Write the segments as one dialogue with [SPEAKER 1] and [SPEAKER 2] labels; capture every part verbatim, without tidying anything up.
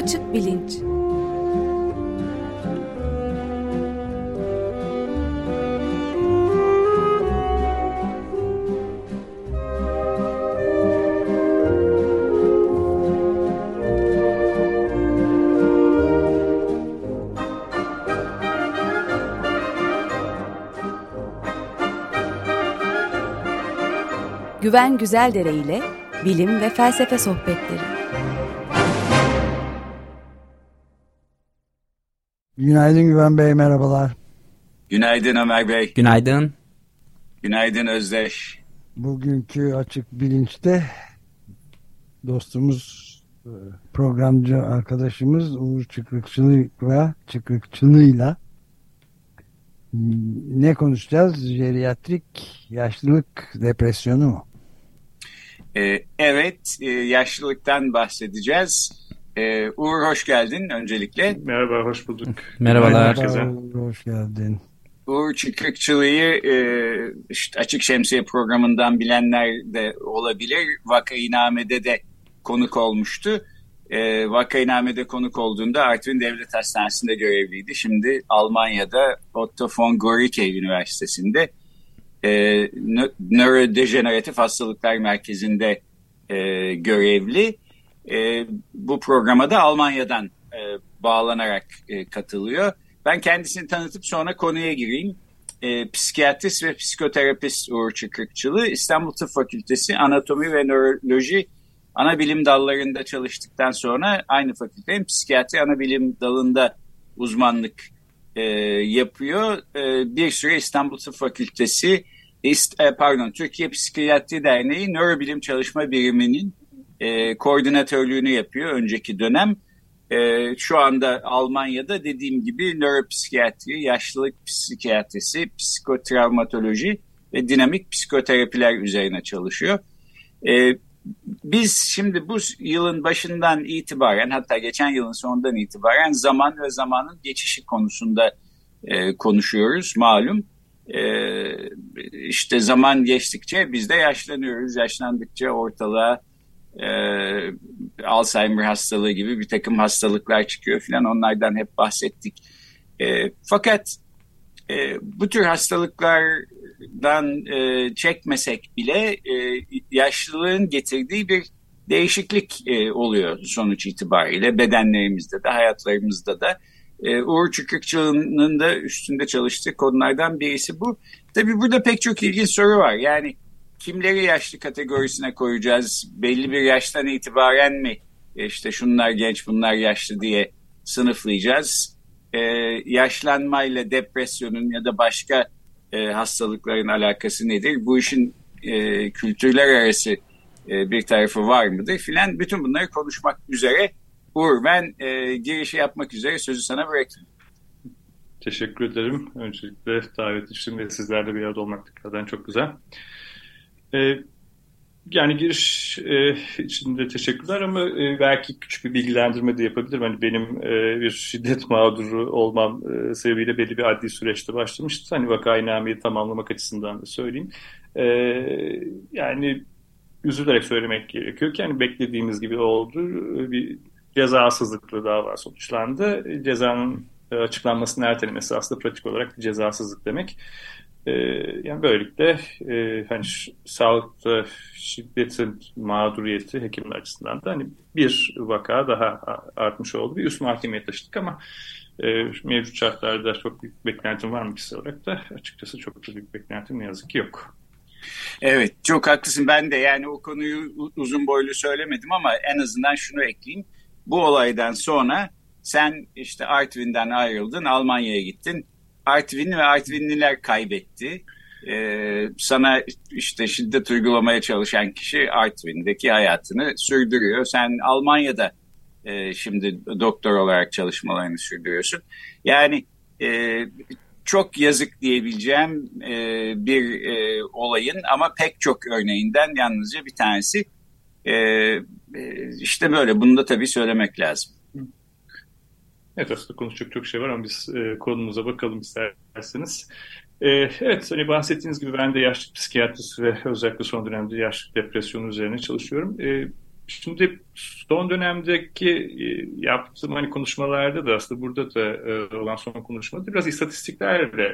[SPEAKER 1] Açık Bilinç. Güven Güzeldere ile bilim ve felsefe sohbetleri.
[SPEAKER 2] Günaydın Güven Bey, merhabalar.
[SPEAKER 3] Günaydın Ömer Bey.
[SPEAKER 4] Günaydın.
[SPEAKER 3] Günaydın Özdeş.
[SPEAKER 2] Bugünkü Açık Bilinç'te dostumuz, programcı arkadaşımız Uğur Çıkrıkçılı'yla Çıkrıkçılı'yla ne konuşacağız? Jeriatrik yaşlılık depresyonu mu?
[SPEAKER 3] Ee, evet, e, yaşlılıktan bahsedeceğiz. Ee, Uğur hoş geldin öncelikle.
[SPEAKER 5] Merhaba, hoş bulduk.
[SPEAKER 4] Merhabalar.
[SPEAKER 2] Merhaba, Uğur, hoş geldin.
[SPEAKER 3] Uğur Çıkrıkçılı'yı e, işte Açık Şemsiye programından bilenler de olabilir. Vakainame'de de konuk olmuştu. E, Vakainame'de konuk olduğunda Artvin Devlet Hastanesi'nde görevliydi. Şimdi Almanya'da Otto von Guericke Üniversitesi'nde e, nö- nörodejeneratif hastalıklar merkezinde e, görevli. E, bu programa da Almanya'dan e, bağlanarak e, katılıyor. Ben kendisini tanıtıp sonra konuya gireyim. E, psikiyatrist ve psikoterapist Uğur Çıkrıkçılı, İstanbul Tıp Fakültesi Anatomi ve Nöroloji ana bilim dallarında çalıştıktan sonra aynı fakültenin psikiyatri ana bilim dalında uzmanlık e, yapıyor. E, bir süre İstanbul Tıp Fakültesi, ist, e, pardon Türkiye Psikiyatri Derneği Nörobilim Çalışma Biriminin e, koordinatörlüğünü yapıyor önceki dönem. Ee, şu anda Almanya'da dediğim gibi nöropsikiyatri, yaşlılık psikiyatrisi, psikotravmatoloji ve dinamik psikoterapiler üzerine çalışıyor. Ee, biz şimdi bu yılın başından itibaren, hatta geçen yılın sonundan itibaren zaman ve zamanın geçişi konusunda e, konuşuyoruz malum. Ee, işte zaman geçtikçe biz de yaşlanıyoruz, yaşlandıkça ortalığa Ee, Alzheimer hastalığı gibi bir takım hastalıklar çıkıyor filan, onlardan hep bahsettik. Ee, fakat e, bu tür hastalıklardan e, çekmesek bile e, yaşlılığın getirdiği bir değişiklik e, oluyor sonuç itibariyle bedenlerimizde de hayatlarımızda da. E, Uğur Çıkrıkçılı'nın da üstünde çalıştığı konulardan birisi bu. Tabii burada pek çok ilginç soru var. Yani kimleri yaşlı kategorisine koyacağız? Belli bir yaştan itibaren mi işte şunlar genç bunlar yaşlı diye sınıflayacağız? Ee, yaşlanmayla depresyonun ya da başka e, hastalıkların alakası nedir? Bu işin e, kültürler arası e, bir tarafı var mıdır filan? Bütün bunları konuşmak üzere Uğur, ben e, girişi yapmak üzere sözü sana bırakayım.
[SPEAKER 5] Teşekkür ederim. Öncelikle davet için ve sizlerle bir arada olmak tekrardan çok güzel. Ee, yani giriş e, için de teşekkürler ama e, belki küçük bir bilgilendirme de yapabilirim. Hani benim e, bir şiddet mağduru olmam e, sebebiyle belli bir adli süreçte başlamıştı. Hani vakainameyi tamamlamak açısından da söyleyeyim. E, yani üzülerek söylemek gerekiyor ki hani beklediğimiz gibi oldu. Bir cezasızlıkla dava sonuçlandı. Cezanın açıklanmasının ertelemesi aslında pratik olarak bir cezasızlık demek. Yani böylelikle e, hani sağlıkta şiddetin mağduriyeti hekimler açısından da hani bir vaka daha artmış oldu. Bir üst mahkemeye taşıdık ama e, mevcut şartlarda çok büyük beklentim var mı kişisel olarak da açıkçası çok da büyük beklentim ne yazık ki yok.
[SPEAKER 3] Evet, çok haklısın. Ben de yani o konuyu uzun boylu söylemedim ama en azından şunu ekleyeyim. Bu olaydan sonra sen işte Artvin'den ayrıldın, Almanya'ya gittin. Artvin ve Artvinliler kaybetti. Ee, sana işte şiddet uygulamaya çalışan kişi Artvin'deki hayatını sürdürüyor. Sen Almanya'da e, şimdi doktor olarak çalışmalarını sürdürüyorsun. Yani e, çok yazık diyebileceğim e, bir e, olayın ama pek çok örneğinden yalnızca bir tanesi. E, e, işte böyle. Bunu da tabii söylemek lazım.
[SPEAKER 5] Evet, aslında konuşacak çok şey var ama biz e, konumuza bakalım isterseniz. E, evet, hani bahsettiğiniz gibi ben de yaşlı psikiyatrisi ve özellikle son dönemde yaşlı depresyonu üzerine çalışıyorum. E, Şimdi son dönemdeki yaptığım hani konuşmalarda da aslında burada da olan son konuşmada biraz istatistiklerle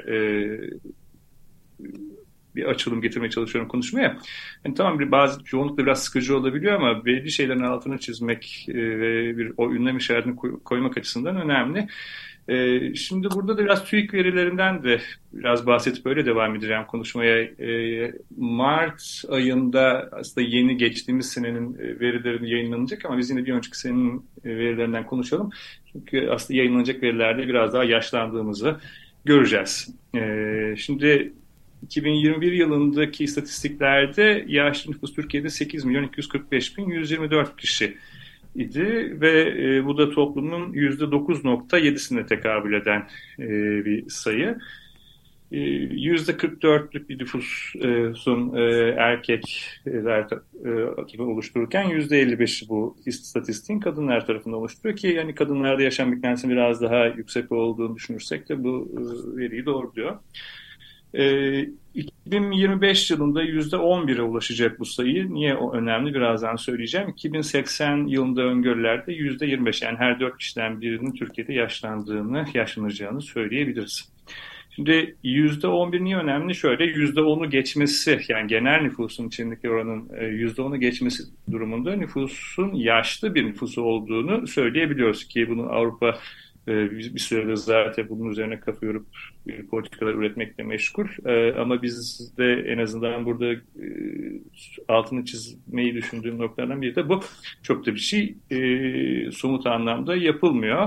[SPEAKER 5] bir açılım getirmeye çalışıyorum konuşmaya. Yani tamam bir bazı yoğunlukla biraz sıkıcı olabiliyor ama belli şeylerin altını çizmek ve bir o ünlem işaretini koymak açısından önemli. Ee, şimdi burada da biraz TÜİK verilerinden de biraz bahsedip öyle devam edeceğim konuşmaya. Ee, Mart ayında aslında yeni geçtiğimiz senenin verileri yayınlanacak ama biz yine bir önceki senenin verilerinden konuşalım. Çünkü aslında yayınlanacak verilerde biraz daha yaşlandığımızı göreceğiz. Ee, şimdi iki bin yirmi bir yılındaki istatistiklerde yaşlı nüfus Türkiye'de sekiz milyon iki yüz kırk beş bin yüz yirmi dört kişi idi ve e, bu da toplumun yüzde dokuz nokta yedisine tekabül eden e, bir sayı. E, yüzde kırk dörtlük bir nüfusun e, erkekler e, oluştururken yüzde elli beşi bu istatistiğin kadınlar tarafından oluşturuyor ki yani kadınlarda yaşam beklentisinin biraz daha yüksek olduğunu düşünürsek de bu e, veriyi doğruluyor. iki bin yirmi beş yılında yüzde on bire ulaşacak bu sayı. Niye o önemli? Birazdan söyleyeceğim. iki bin seksen yılında öngörülerde yüzde yirmi beş yani her dört kişiden birinin Türkiye'de yaşlandığını, yaşlanacağını söyleyebiliriz. Şimdi yüzde on bir niye önemli? Şöyle yüzde onu geçmesi yani genel nüfusun içindeki oranın yüzde onu geçmesi durumunda nüfusun yaşlı bir nüfusu olduğunu söyleyebiliyoruz ki bunu Avrupa bir süredir zaten bunun üzerine kafa yorup politikalar üretmekle meşgul. Ama biz de en azından burada altını çizmeyi düşündüğüm noktalardan biri de bu. Çok da bir şey somut anlamda yapılmıyor.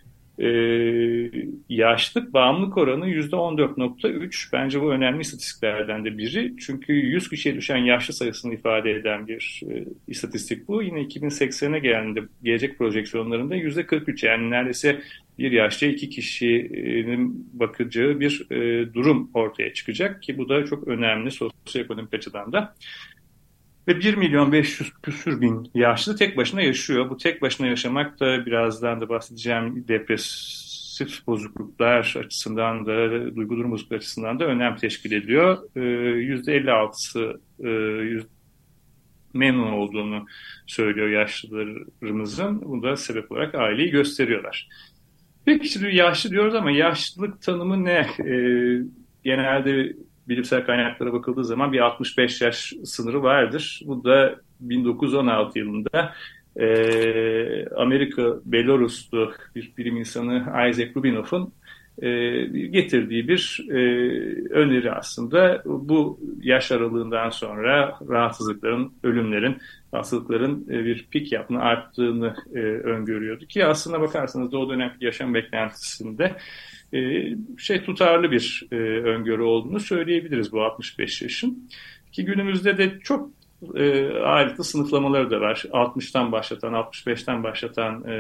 [SPEAKER 5] Yaşlık bağımlılık oranı yüzde on dört nokta üç. Bence bu önemli istatistiklerden de biri. Çünkü yüz kişiye düşen yaşlı sayısını ifade eden bir e, istatistik bu. Yine iki bin seksene geldiğinde gelecek projeksiyonlarında yüzde kırk üç yani neredeyse bir yaşlı iki kişinin bakacağı bir e, durum ortaya çıkacak ki bu da çok önemli sosyoekonomik açıdan da. Ve bir milyon beş yüz küsür bin yaşlı tek başına yaşıyor. Bu tek başına yaşamak da birazdan da bahsedeceğim depresif bozukluklar açısından da, duygu durum bozuklukları açısından da önem teşkil ediyor. Ee, yüzde elli altısı e, yüz, memnun olduğunu söylüyor yaşlılarımızın. Bu da sebep olarak aileyi gösteriyorlar. Peki şimdi yaşlı diyoruz ama yaşlılık tanımı ne? Ee, genelde bilimsel kaynaklara bakıldığı zaman bir altmış beş yaş sınırı vardır. Bu da bin dokuz yüz on altı yılında e, Amerika Belaruslu bir bilim insanı Isaac Rubinov'un e, getirdiği bir e, öneri aslında. Bu yaş aralığından sonra rahatsızlıkların, ölümlerin, hastalıkların e, bir pik yapma arttığını e, öngörüyordu ki aslına bakarsanız da o dönemki yaşam beklentisinde şey tutarlı bir e, öngörü olduğunu söyleyebiliriz bu altmış beş yaşın. Ki günümüzde de çok e, ayrıntı sınıflamaları da var. altmıştan başlatan, altmış beşten başlatan e,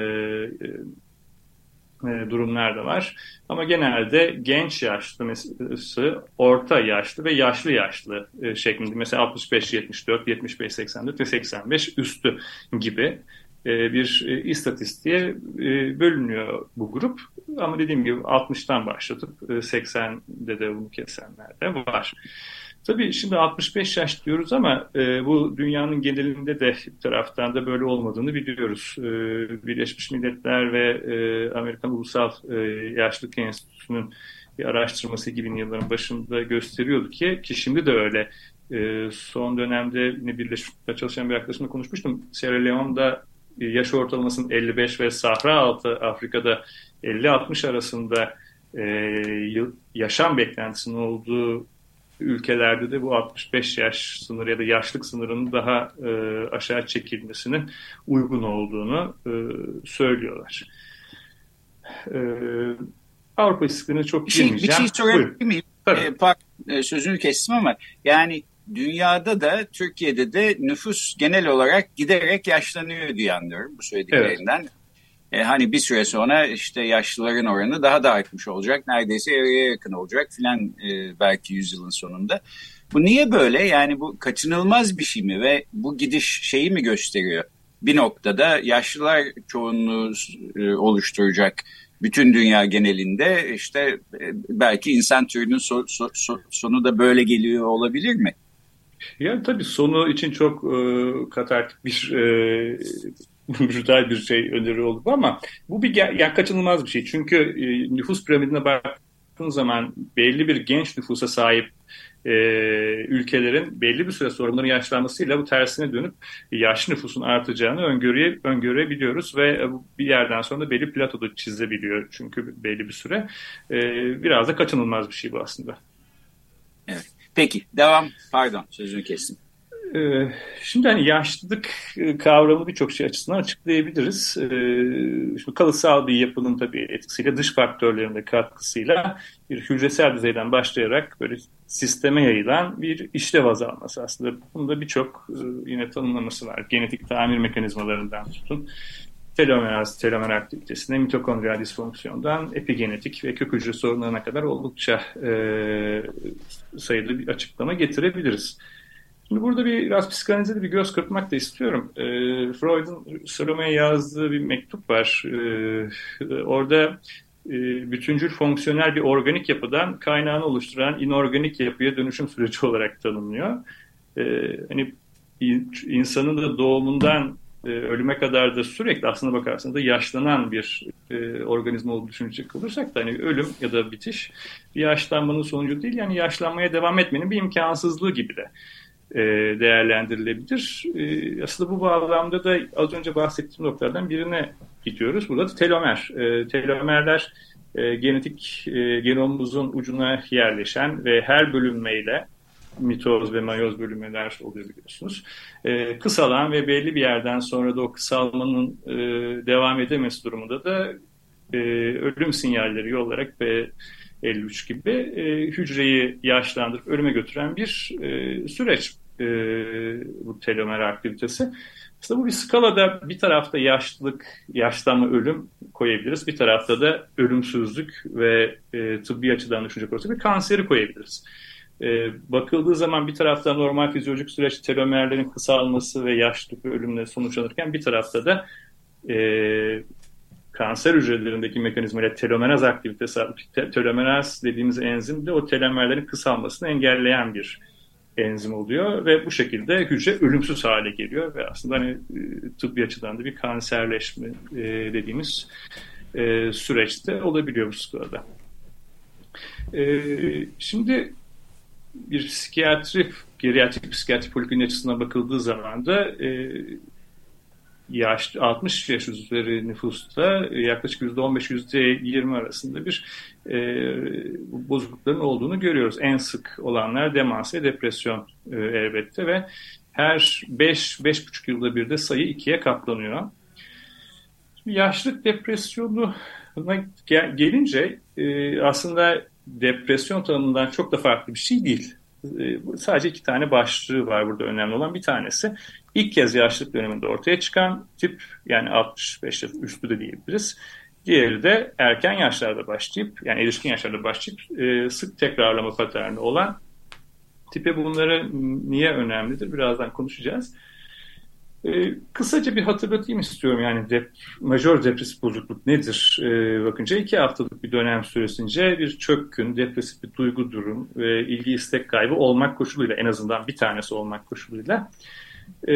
[SPEAKER 5] e, durumlar da var. Ama genelde genç yaşlısı, orta yaşlı ve yaşlı yaşlı e, şeklinde. Mesela altmış beş yetmiş dört, yetmiş beş seksen dört ve seksen beş üstü gibi bir istatistiğe bölünüyor bu grup. Ama dediğim gibi altmıştan başlatıp seksende de bunu kesenler de var. Tabii şimdi altmış beş yaş diyoruz ama bu dünyanın genelinde de bir taraftan da böyle olmadığını biliyoruz. Birleşmiş Milletler ve Amerikan Ulusal Yaşlılık Enstitüsü'nün bir araştırması iki binli yılların başında gösteriyordu ki ki şimdi de öyle. Son dönemde yine Birleşmiş Milletler çalışan bir arkadaşımla konuşmuştum. Sierra Leone'da yaş ortalamasının elli beş ve Sahra altı Afrika'da elli altmış arasında e, yaşam beklentisinin olduğu ülkelerde de bu altmış beş yaş sınırı ya da yaşlık sınırının daha e, aşağı çekilmesinin uygun olduğunu e, söylüyorlar. E, Avrupa istatistiklerine çok girmeyeceğim.
[SPEAKER 3] Bir şey, bir şey sorabilir miyim? E, pardon, sözünü kestim ama yani dünyada da Türkiye'de de nüfus genel olarak giderek yaşlanıyor diye anlıyorum bu söylediklerinden. Evet. E, hani bir süre sonra işte yaşlıların oranı daha da artmış olacak. Neredeyse yarıya yakın olacak filan e, belki yüzyılın sonunda. Bu niye böyle? Yani bu kaçınılmaz bir şey mi? Ve bu gidiş şeyi mi gösteriyor? Bir noktada yaşlılar çoğunluğu e, oluşturacak bütün dünya genelinde işte e, belki insan türünün so, so, so, sonu da böyle geliyor olabilir mi?
[SPEAKER 5] Yani tabii sonu için çok e, katartik bir e, brutal bir şey öneri oldu ama bu bir yani kaçınılmaz bir şey. Çünkü e, nüfus piramidine baktığın zaman belli bir genç nüfusa sahip e, ülkelerin belli bir süre sonra bunların yaşlanmasıyla bu tersine dönüp yaşlı nüfusun artacağını öngörüye, öngörebiliyoruz ve bir yerden sonra da belli platoda çizebiliyor çünkü belli bir süre. E, biraz da kaçınılmaz bir şey bu aslında.
[SPEAKER 3] Evet. Peki devam. Pardon sözünü kestim.
[SPEAKER 5] Ee, Şimdi hani yaşlılık kavramı birçok şey açısından açıklayabiliriz. Ee, şimdi kalıtsal bir yapının tabii etkisiyle, dış faktörlerin de katkısıyla bir hücresel düzeyden başlayarak böyle sisteme yayılan bir işlev azalması aslında. Bunda birçok e, yine tanımlaması var. Genetik tamir mekanizmalarından tutun. Telomeraz, telomer aktivitesine, mitokondriyal disfonksiyondan epigenetik ve kök hücre sorunlarına kadar oldukça e, sayılı bir açıklama getirebiliriz. Şimdi burada bir, biraz psikanalize bir göz kırpmak da istiyorum. E, Freud'un Salome'ye yazdığı bir mektup var. E, orada e, bütüncül fonksiyonel bir organik yapıdan kaynağını oluşturan inorganik yapıya dönüşüm süreci olarak tanımlıyor. E, hani insanın da doğumundan e, ölüme kadar da sürekli aslına bakarsanız da yaşlanan bir e, organizma olduğunu düşünecek olursak da hani ölüm ya da bitiş bir yaşlanmanın sonucu değil, yani yaşlanmaya devam etmenin bir imkansızlığı gibi de değerlendirilebilir. Aslında bu bağlamda da az önce bahsettiğim noktalardan birine gidiyoruz. Burada da telomer. Telomerler genetik genomumuzun ucuna yerleşen ve her bölünmeyle mitoz ve mayoz bölünmeler oluyor biliyorsunuz. Kısalan ve belli bir yerden sonra da o kısalmanın devam edemesi durumunda da ölüm sinyalleri yollarak ve elli üç gibi e, hücreyi yaşlandırıp ölüme götüren bir e, süreç e, bu telomer aktivitesi. Aslında bu bir skalada bir tarafta yaşlılık, yaşlanma, ölüm koyabiliriz. Bir tarafta da ölümsüzlük ve e, tıbbi açıdan düşünecek olursak bir kanseri koyabiliriz. E, bakıldığı zaman bir tarafta normal fizyolojik süreç telomerlerin kısalması ve yaşlılık ve ölümle sonuçlanırken bir tarafta da e, kanser hücrelerindeki mekanizmayla telomeraz aktivitesi, telomeraz dediğimiz enzim de o telomerlerin kısalmasını engelleyen bir enzim oluyor ve bu şekilde hücre ölümsüz hale geliyor ve aslında hani tıbbi açıdan da bir kanserleşme dediğimiz süreçte olabiliyor bu sırada. Şimdi bir psikiyatri, geriatrik psikiyatri polikliniği açısından bakıldığı zaman da yaş, altmış yaş üzeri nüfusta yaklaşık yüzde on beş yüzde yirmi arasında bir e, bozuklukların olduğunu görüyoruz. En sık olanlar demans ve depresyon e, elbette ve her beş beş buçuk yılda bir de sayı ikiye katlanıyor. Şimdi yaşlılık depresyonuna gelince e, aslında depresyon tanımından çok da farklı bir şey değil. E, sadece iki tane başlığı var burada önemli olan. Bir tanesi İlk kez yaşlılık döneminde ortaya çıkan tip, yani altmış beş yaş üstü de diyebiliriz. Diğeri de erken yaşlarda başlayıp, yani erişkin yaşlarda başlayıp e, sık tekrarlama paterni olan tipe. Bunları niye önemlidir? Birazdan konuşacağız. E, kısaca bir hatırlatayım istiyorum. Yani dep majör depresif bozukluk nedir? E, bakınca iki haftalık bir dönem süresince bir çökkün, depresif bir duygu durum ve ilgi istek kaybı olmak koşuluyla, en azından bir tanesi olmak koşuluyla Ee,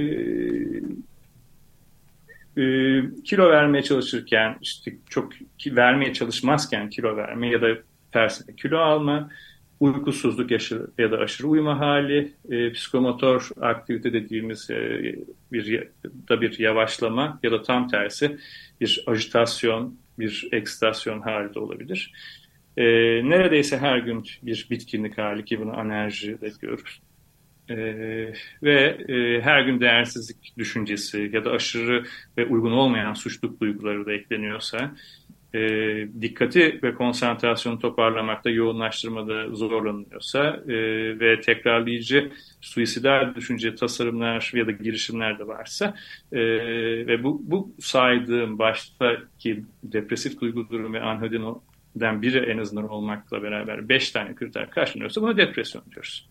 [SPEAKER 5] e, kilo vermeye çalışırken, işte çok vermeye çalışmazken kilo verme ya da tersine kilo alma, uykusuzluk yaşı, ya da aşırı uyuma hali, e, psikomotor aktivite dediğimiz e, bir da bir yavaşlama ya da tam tersi bir ajitasyon, bir eksitasyon hali de olabilir. E, neredeyse her gün bir bitkinlik hali, ki bunu anerji de diyoruz. Ee, ve e, her gün değersizlik düşüncesi ya da aşırı ve uygun olmayan suçluluk duyguları da ekleniyorsa, e, dikkati ve konsantrasyonu toparlamakta, yoğunlaştırmada zorlanıyorsa e, ve tekrarlayıcı suisidal düşünce, tasarımlar ya da girişimler de varsa e, ve bu, bu saydığım baştaki depresif duygu durum ve anhedoniden biri en azından olmakla beraber beş tane kriter karşılanıyorsa buna depresyon diyoruz.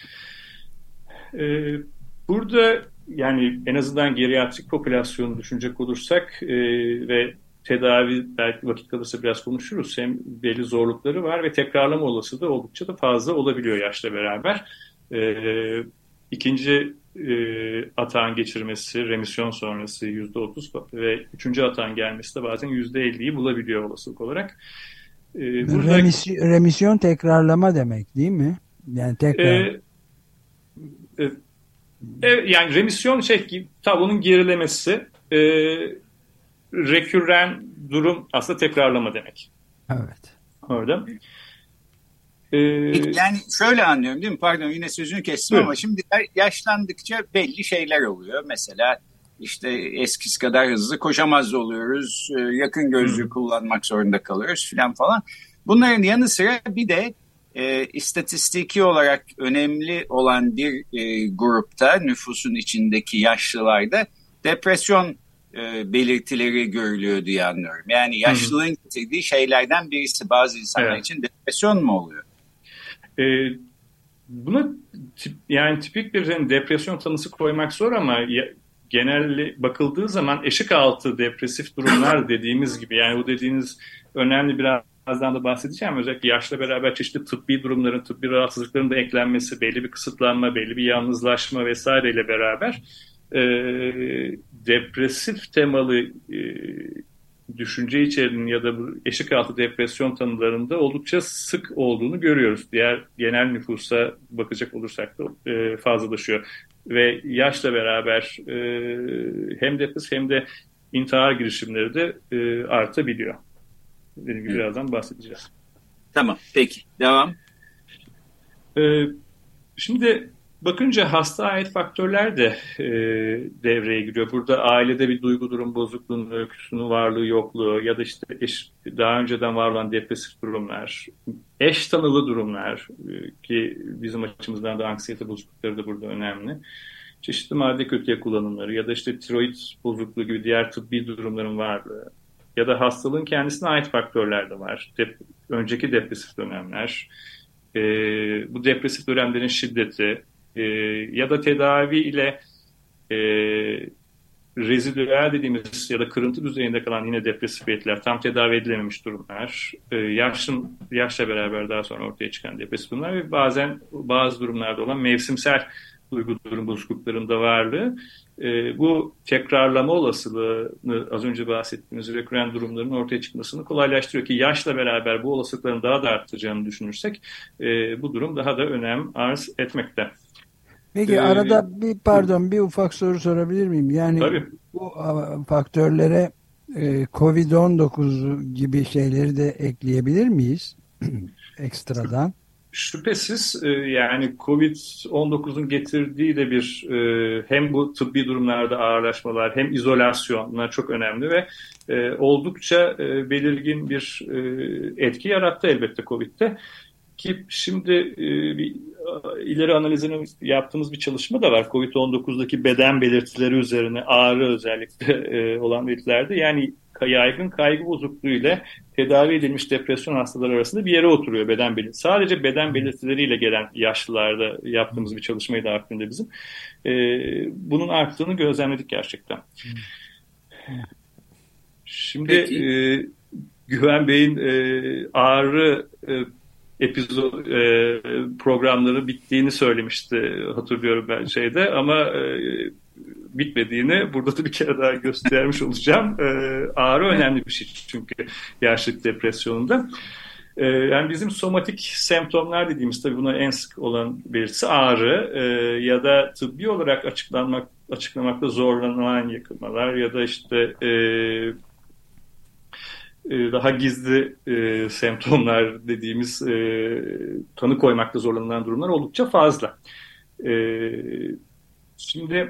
[SPEAKER 5] Burada yani en azından geriatrik popülasyonu düşünecek olursak e, ve tedavi, belki vakit kalırsa biraz konuşuruz, hem belli zorlukları var ve tekrarlama olasılığı oldukça da fazla olabiliyor yaşla beraber. E, ikinci e, atağın geçirmesi, remisyon sonrası yüzde otuz ve üçüncü atağın gelmesi de bazen yüzde elliyi bulabiliyor olasılık olarak. E, burada,
[SPEAKER 2] Remisyon, remisyon tekrarlama demek değil mi? Yani tekrar.
[SPEAKER 5] E, e, e, yani remisyon şey, tablonun gerilemesi, e, rekürren durum aslında tekrarlama demek.
[SPEAKER 2] Evet.
[SPEAKER 5] Orada. Ee,
[SPEAKER 3] yani şöyle anlıyorum değil mi? Pardon yine sözünü kestim
[SPEAKER 5] evet.
[SPEAKER 3] Ama şimdi yaşlandıkça belli şeyler oluyor. Mesela işte eskisi kadar hızlı koşamaz oluyoruz. Yakın gözlüğü hmm. kullanmak zorunda kalıyoruz filan falan. Bunların yanı sıra bir de e, istatistiki olarak önemli olan bir e, grupta nüfusun içindeki yaşlılarda depresyon e, belirtileri görülüyor diye anlıyorum. Yani yaşlılığın hmm. getirdiği şeylerden birisi bazı insanlar evet. için depresyon mu oluyor?
[SPEAKER 5] Ee, buna tip, yani tipik bir yani depresyon tanısı koymak zor ama ya, genelde bakıldığı zaman eşik altı depresif durumlar dediğimiz gibi, yani bu dediğiniz önemli, birazdan da bahsedeceğim. Özellikle yaşla beraber çeşitli tıbbi durumların, tıbbi rahatsızlıkların da eklenmesi, belli bir kısıtlanma, belli bir yalnızlaşma vesaireyle beraber e, depresif temalı e, düşünce içeriğinin ya da bu eşik altı depresyon tanılarında oldukça sık olduğunu görüyoruz. Diğer genel nüfusa bakacak olursak da e, fazlalaşıyor. Ve yaşla beraber e, hem depresif hem de intihar girişimleri de e, artabiliyor. Dediğim gibi birazdan bahsedeceğiz.
[SPEAKER 3] Tamam, peki. Devam.
[SPEAKER 5] E, şimdi bakınca hasta ait faktörler de e, devreye giriyor. Burada ailede bir duygu durum bozukluğunun öyküsünün varlığı yokluğu ya da işte eş, daha önceden var olan depresif durumlar, eş tanılı durumlar e, ki bizim açımızdan da anksiyete bozuklukları da burada önemli. Çeşitli madde kötüye kullanımları ya da işte tiroid bozukluğu gibi diğer tıbbi durumların varlığı ya da hastalığın kendisine ait faktörler de var. Dep- önceki depresif dönemler, e, bu depresif dönemlerin şiddeti, Ee, ya da tedavi ile e, rezidüel dediğimiz ya da kırıntı düzeyinde kalan yine depresif belirtiler, tam tedavi edilememiş durumlar, e, yaşın, yaşla beraber daha sonra ortaya çıkan depresif durumlar ve bazen bazı durumlarda olan mevsimsel duygu durum bozukluklarında varlığı e, bu tekrarlama olasılığını, az önce bahsettiğimiz rekürren durumların ortaya çıkmasını kolaylaştırıyor ki yaşla beraber bu olasılıkların daha da artacağını düşünürsek e, bu durum daha da önem arz etmekte.
[SPEAKER 2] Peki ee, arada bir pardon bir ufak soru sorabilir miyim? Yani tabii. Bu faktörlere e, kovid on dokuz gibi şeyleri de ekleyebilir miyiz ekstradan?
[SPEAKER 5] Şüphesiz e, yani kovid on dokuzun getirdiği de bir e, hem bu tıbbi durumlarda ağırlaşmalar hem izolasyon, bunlar çok önemli ve e, oldukça e, belirgin bir e, etki yarattı elbette Covid'de. Ki şimdi e, bir ileri analizini yaptığımız bir çalışma da var. kovid on dokuzdaki beden belirtileri üzerine, ağrı özellikle e, olan belirtilerde, yani yaygın kaygı bozukluğu ile tedavi edilmiş depresyon hastaları arasında bir yere oturuyor beden belirtileri. Sadece beden belirtileriyle gelen yaşlılarda yaptığımız bir çalışmayı da aklımda bizim. E, bunun arttığını gözlemledik gerçekten. Şimdi e, Güven Bey'in e, ağrı e, epizod e, programları bittiğini söylemişti, hatırlıyorum ben şeyde, ama e, bitmediğini burada da bir kere daha göstermiş olacağım. E, ağrı önemli bir şey çünkü yaşlılık depresyonunda. E, yani bizim somatik semptomlar dediğimiz, tabii buna en sık olan belirtisi ağrı e, ya da tıbbi olarak açıklanmak açıklamakta zorlanan yakınmalar ya da işte e, daha gizli e, semptomlar dediğimiz e, tanı koymakta zorlanılan durumlar oldukça fazla. E, şimdi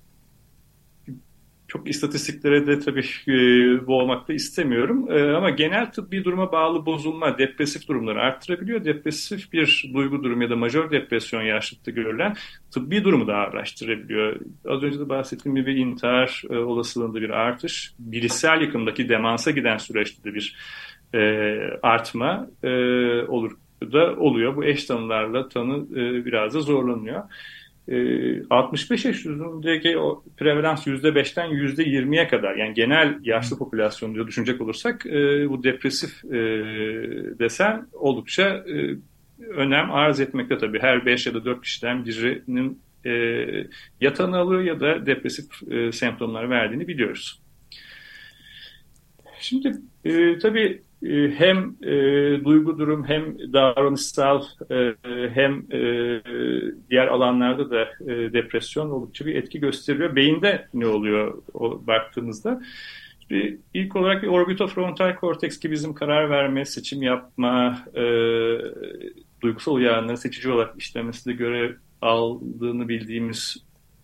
[SPEAKER 5] çok istatistiklere de tabii e, boğmak da istemiyorum e, ama genel tıbbi duruma bağlı bozulma depresif durumları arttırabiliyor. Depresif bir duygu durumu ya da majör depresyon yaşlılıkta görülen tıbbi durumu da ağırlaştırabiliyor. Az önce de bahsettiğim gibi intihar e, olasılığında bir artış, bilişsel yıkımdaki demansa giden süreçte de bir e, artma e, olur da oluyor. Bu eş tanılarla tanı e, biraz da zorlanıyor. altmış beş yaş üzerindeki o prevalans yüzde beşten yüzde yirmiye kadar, yani genel yaşlı popülasyonu diye düşünecek olursak bu depresif desen oldukça önem arz etmekte tabii. Her beş ya da dört kişiden birinin e, ya tanı alıyor ya da depresif e, semptomlar verdiğini biliyoruz. Şimdi e, tabii e, hem e, duygu durum hem davranışsal e, hem e, diğer alanlarda da e, depresyon oldukça bir etki gösteriyor. Beyinde ne oluyor o, baktığımızda? İşte ilk olarak bir orbitofrontal korteks ki bizim karar verme, seçim yapma, e, duygusal uyaranların seçici olarak işlemesinde görev aldığını bildiğimiz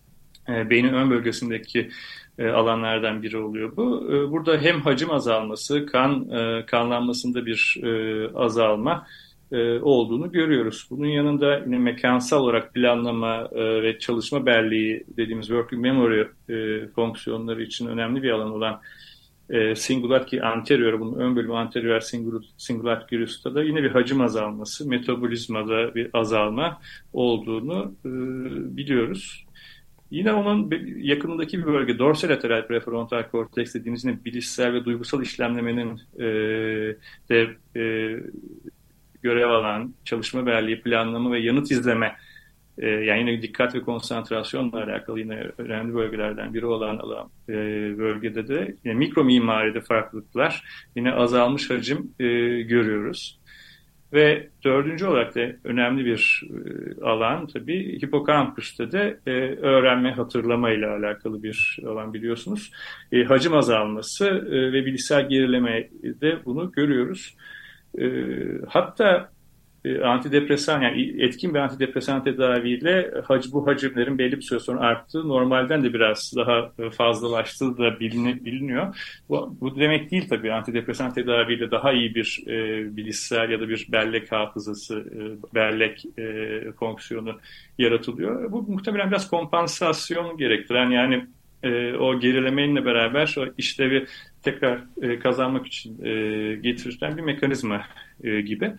[SPEAKER 5] e, beynin ön bölgesindeki e, alanlardan biri oluyor bu. E, burada hem hacim azalması, kan e, kanlanmasında bir e, azalma e, olduğunu görüyoruz. Bunun yanında yine mekansal olarak planlama e, ve çalışma belleği dediğimiz working memory e, fonksiyonları için önemli bir alan olan e, singulat ki anterior, bunun ön bölümü anterior singulat, singulat gyrus'ta da yine bir hacim azalması, metabolizmada bir azalma olduğunu e, biliyoruz. Yine onun yakınındaki bir bölge dorsolateral prefrontal korteks dediğimiz yine bilişsel ve duygusal işlemlemenin e, de e, görev alan çalışma belleği, planlama ve yanıt izleme e, yani yine dikkat ve konsantrasyonla alakalı yine önemli bölgelerden biri olan alan e, bölgede de yine mikro mimaride farklılıklar, yine azalmış hacim e, görüyoruz. Ve dördüncü olarak da önemli bir e, alan tabii hipokampüste de e, öğrenme, hatırlama ile alakalı bir alan biliyorsunuz. E, hacim azalması e, ve bilişsel gerileme de bunu görüyoruz. E, hatta e, antidepresan yani etkin bir antidepresan tedaviyle hac, bu hacimlerin belli bir süre sonra arttığı, normalden de biraz daha fazlalaştığı da bilini, biliniyor. Bu, bu demek değil tabii antidepresan tedaviyle daha iyi bir e, bilişsel ya da bir bellek hafızası, e, bellek e, fonksiyonu yaratılıyor. Bu muhtemelen biraz kompansasyon gerektiren yani e, o gerilemeyle beraber o işlevi tekrar e, kazanmak için e, getirilen bir mekanizma e, gibi.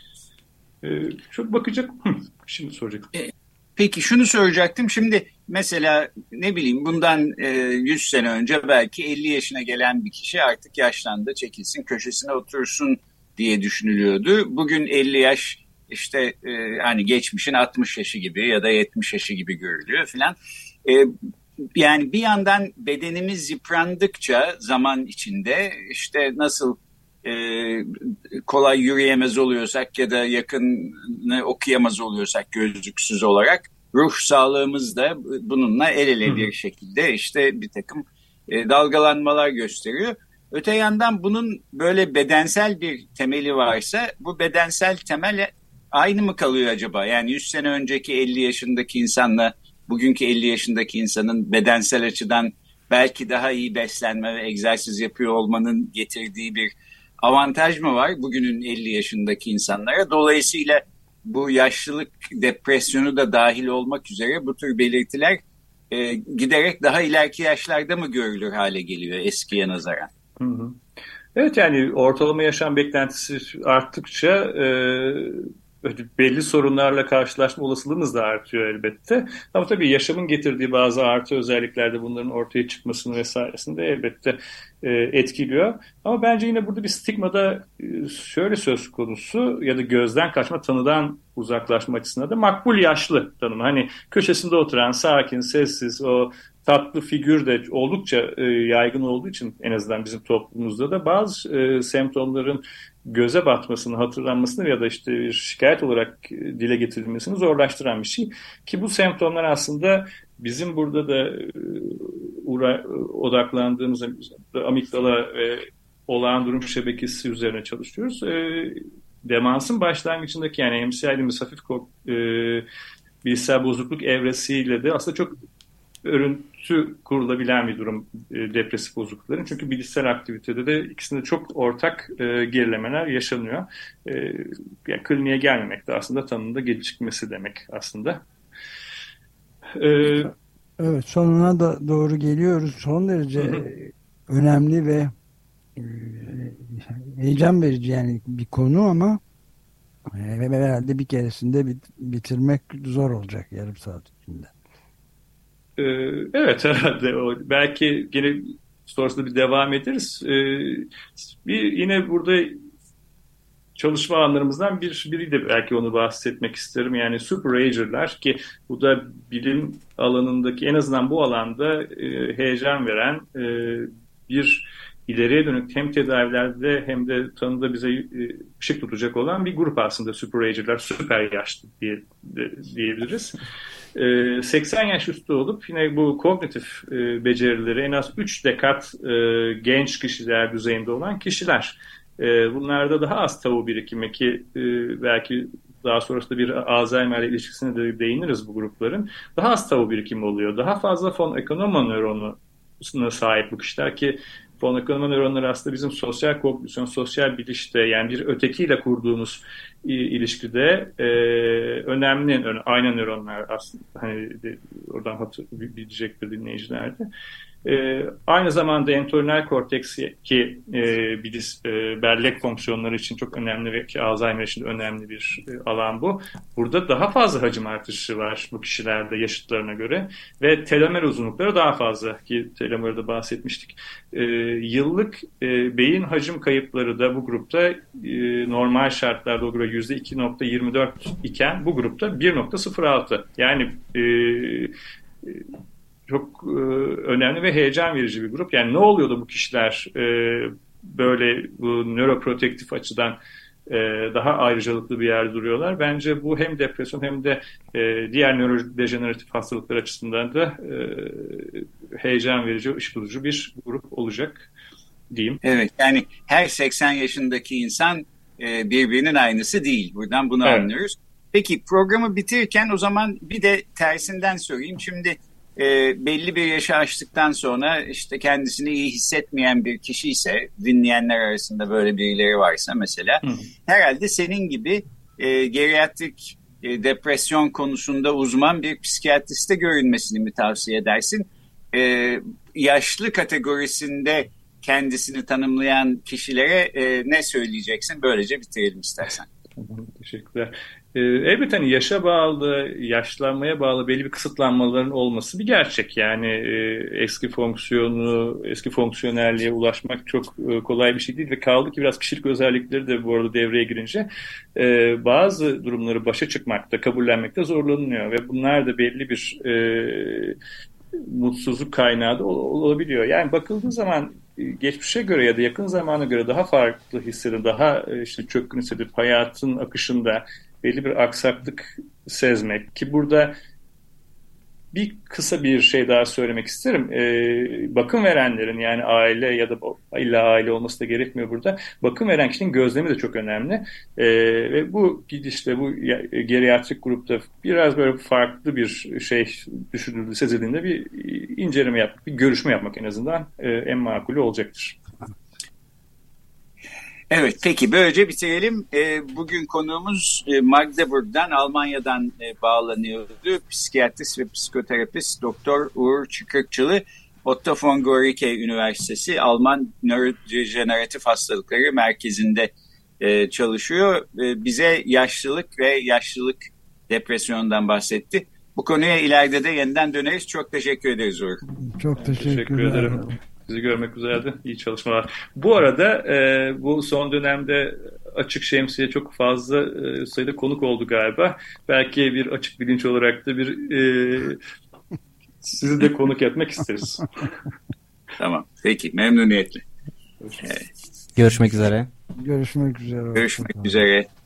[SPEAKER 5] Ee, çok bakacak. Şimdi soracaktım.
[SPEAKER 3] Peki şunu soracaktım. Şimdi mesela ne bileyim bundan e, yüz sene önce belki elli yaşına gelen bir kişi artık yaşlandı, çekilsin, köşesine otursun diye düşünülüyordu. Bugün elli yaş işte e, hani geçmişin altmış yaşı gibi ya da yetmiş yaşı gibi görülüyor filan. E, yani bir yandan bedenimiz yıprandıkça zaman içinde işte nasıl e, kolay yürüyemez oluyorsak ya da yakını okuyamaz oluyorsak gözlüksüz olarak ruh sağlığımız da bununla el ele bir şekilde işte bir takım e, dalgalanmalar gösteriyor. Öte yandan bunun böyle bedensel bir temeli varsa bu bedensel temel aynı mı kalıyor acaba? Yani yüz sene önceki elli yaşındaki insanla bugünkü elli yaşındaki insanın bedensel açıdan belki daha iyi beslenme ve egzersiz yapıyor olmanın getirdiği bir avantaj mı var bugünün elli yaşındaki insanlara? Dolayısıyla bu yaşlılık depresyonu da dahil olmak üzere bu tür belirtiler e, giderek daha ileriki yaşlarda mı görülür hale geliyor eskiye nazaran?
[SPEAKER 5] Hı hı. Evet yani ortalama yaşam beklentisi arttıkça e, belli sorunlarla karşılaşma olasılığımız da artıyor elbette. Ama tabii yaşamın getirdiği bazı artı özellikler de bunların ortaya çıkmasını vesairesinde elbette e, etkiliyor. Ama bence yine burada bir stigma da e, şöyle söz konusu ya da gözden kaçma, tanıdan uzaklaşma açısından da makbul yaşlı tanımı. Hani köşesinde oturan, sakin, sessiz, o tatlı figür de oldukça e, yaygın olduğu için en azından bizim toplumumuzda da bazı e, semptomların göze batmasını, hatırlanmasını ya da işte bir şikayet olarak dile getirilmesini zorlaştıran bir şey. Ki bu semptomlar aslında bizim burada da uğra- odaklandığımız amigdala ve olağan durum şebekesi üzerine çalışıyoruz. E, demansın başlangıcındaki yani M C I dediğimiz hafif e, bilişsel bozukluk evresiyle de aslında çok örüntü kurulabilen bir durum e, depresif bozuklukların. Çünkü bilişsel aktivitede de ikisinde çok ortak e, gerilemeler yaşanıyor. E, yani kliniğe gelmemek de aslında tanının gecikmesi demek aslında.
[SPEAKER 2] E, evet, sonuna da doğru geliyoruz. Son derece hı hı. önemli ve e, heyecan verici yani bir konu ama e, herhalde bir keresinde bit, bitirmek zor olacak yarım saat içinde.
[SPEAKER 5] Evet herhalde o. Belki yine sonrasında bir devam ederiz. Bir yine burada çalışma alanlarımızdan bir, biri de belki onu bahsetmek isterim. Yani superager'lar ki bu da bilim alanındaki en azından bu alanda e, heyecan veren e, bir ileriye dönük hem tedavilerde hem de tanıda bize e, ışık tutacak olan bir grup aslında superager'lar, süper yaşlı diye, de, diyebiliriz. E, seksen yaş üstü olup yine bu kognitif e, becerileri en az üç dekat e, genç kişiler düzeyinde olan kişiler. Bunlarda daha az tavu birikimi ki belki daha sonrasında bir Alzheimer ile ilişkisine de değiniriz bu grupların. Daha az tavu birikimi oluyor. Daha fazla von Economo nöronuna sahip bu kişiler ki von Economo nöronları aslında bizim sosyal kognisyon, sosyal bilişte yani bir ötekiyle kurduğumuz ilişkide önemli ayna nöronlar aslında hani oradan hatır, bilecektir dinleyiciler de. Ee, aynı zamanda entorhinal korteks ki e, bilis, e, bellek fonksiyonları için çok önemli ve ki Alzheimer için önemli bir e, alan bu. Burada daha fazla hacim artışı var bu kişilerde yaşıtlarına göre ve telomer uzunlukları daha fazla ki telomerde bahsetmiştik. E, yıllık e, beyin hacim kayıpları da bu grupta e, normal şartlarda o gruba yüzde iki virgül yirmi dört iken bu grupta bir virgül sıfır altı yani e, e, çok e, önemli ve heyecan verici bir grup. Yani ne oluyor da bu kişiler e, böyle bu nöroprotektif açıdan e, daha ayrıcalıklı bir yerde duruyorlar? Bence bu hem depresyon hem de e, diğer nörodejeneratif hastalıklar açısından da e, heyecan verici, ışık tutucu bir grup olacak diyeyim.
[SPEAKER 3] Evet, yani her seksen yaşındaki insan e, birbirinin aynısı değil. Buradan bunu evet. anlıyoruz. Peki programı bitirirken o zaman bir de tersinden sorayım. Şimdi E, belli bir yaşı aştıktan sonra işte kendisini iyi hissetmeyen bir kişi ise dinleyenler arasında böyle birileri varsa mesela Hı. herhalde senin gibi e, geriatrik e, depresyon konusunda uzman bir psikiyatriste görünmesini mi tavsiye edersin? E, yaşlı kategorisinde kendisini tanımlayan kişilere e, ne söyleyeceksin? Böylece bitirelim istersen.
[SPEAKER 5] Teşekkürler. Ee, elbette hani yaşa bağlı, yaşlanmaya bağlı belli bir kısıtlanmaların olması bir gerçek. Yani e, eski fonksiyonu, eski fonksiyonelliğe ulaşmak çok e, kolay bir şey değil ve kaldı ki biraz kişilik özellikleri de bu arada devreye girince e, bazı durumları başa çıkmakta, kabullenmekte zorlanıyor ve bunlar da belli bir e, mutsuzluk kaynağı da ol, olabiliyor. Yani bakıldığı zaman geçmişe göre ya da yakın zamana göre daha farklı hissedip, daha işte çökkün hissedip hayatın akışında belli bir aksaklık sezmek ki burada bir kısa bir şey daha söylemek isterim. Ee, bakım verenlerin yani aile ya da illa aile olması da gerekmiyor burada. Bakım veren kişinin gözlemi de çok önemli. Ee, ve bu gidişte bu geriatrik grupta biraz böyle farklı bir şey düşünüldü, sezildiğinde bir inceleme yapmak, bir görüşme yapmak en azından e, en makulü olacaktır.
[SPEAKER 3] Evet, peki böylece bitirelim. E, bugün konuğumuz e, Magdeburg'dan, Almanya'dan e, bağlanıyordu. Psikiyatrist ve psikoterapist Doktor Uğur Çıkrıkçılı, Otto von Guericke Üniversitesi Alman Nörodejeneratif Hastalıkları Merkezi'nde e, çalışıyor. E, bize yaşlılık ve yaşlılık depresyonundan bahsetti. Bu konuya ileride de yeniden döneriz. Çok teşekkür ederiz Uğur.
[SPEAKER 2] Çok teşekkür,
[SPEAKER 5] teşekkür ederim. Sizi görmek güzeldi. İyi çalışmalar. Bu arada e, bu son dönemde Açık Şemsiye çok fazla e, sayıda konuk oldu galiba. Belki bir açık bilinç olarak da bir e, sizi de konuk etmek isteriz.
[SPEAKER 3] Tamam. Peki. Memnuniyetle.
[SPEAKER 4] Evet. Görüşmek üzere.
[SPEAKER 2] Görüşmek üzere.
[SPEAKER 3] Görüşmek üzere.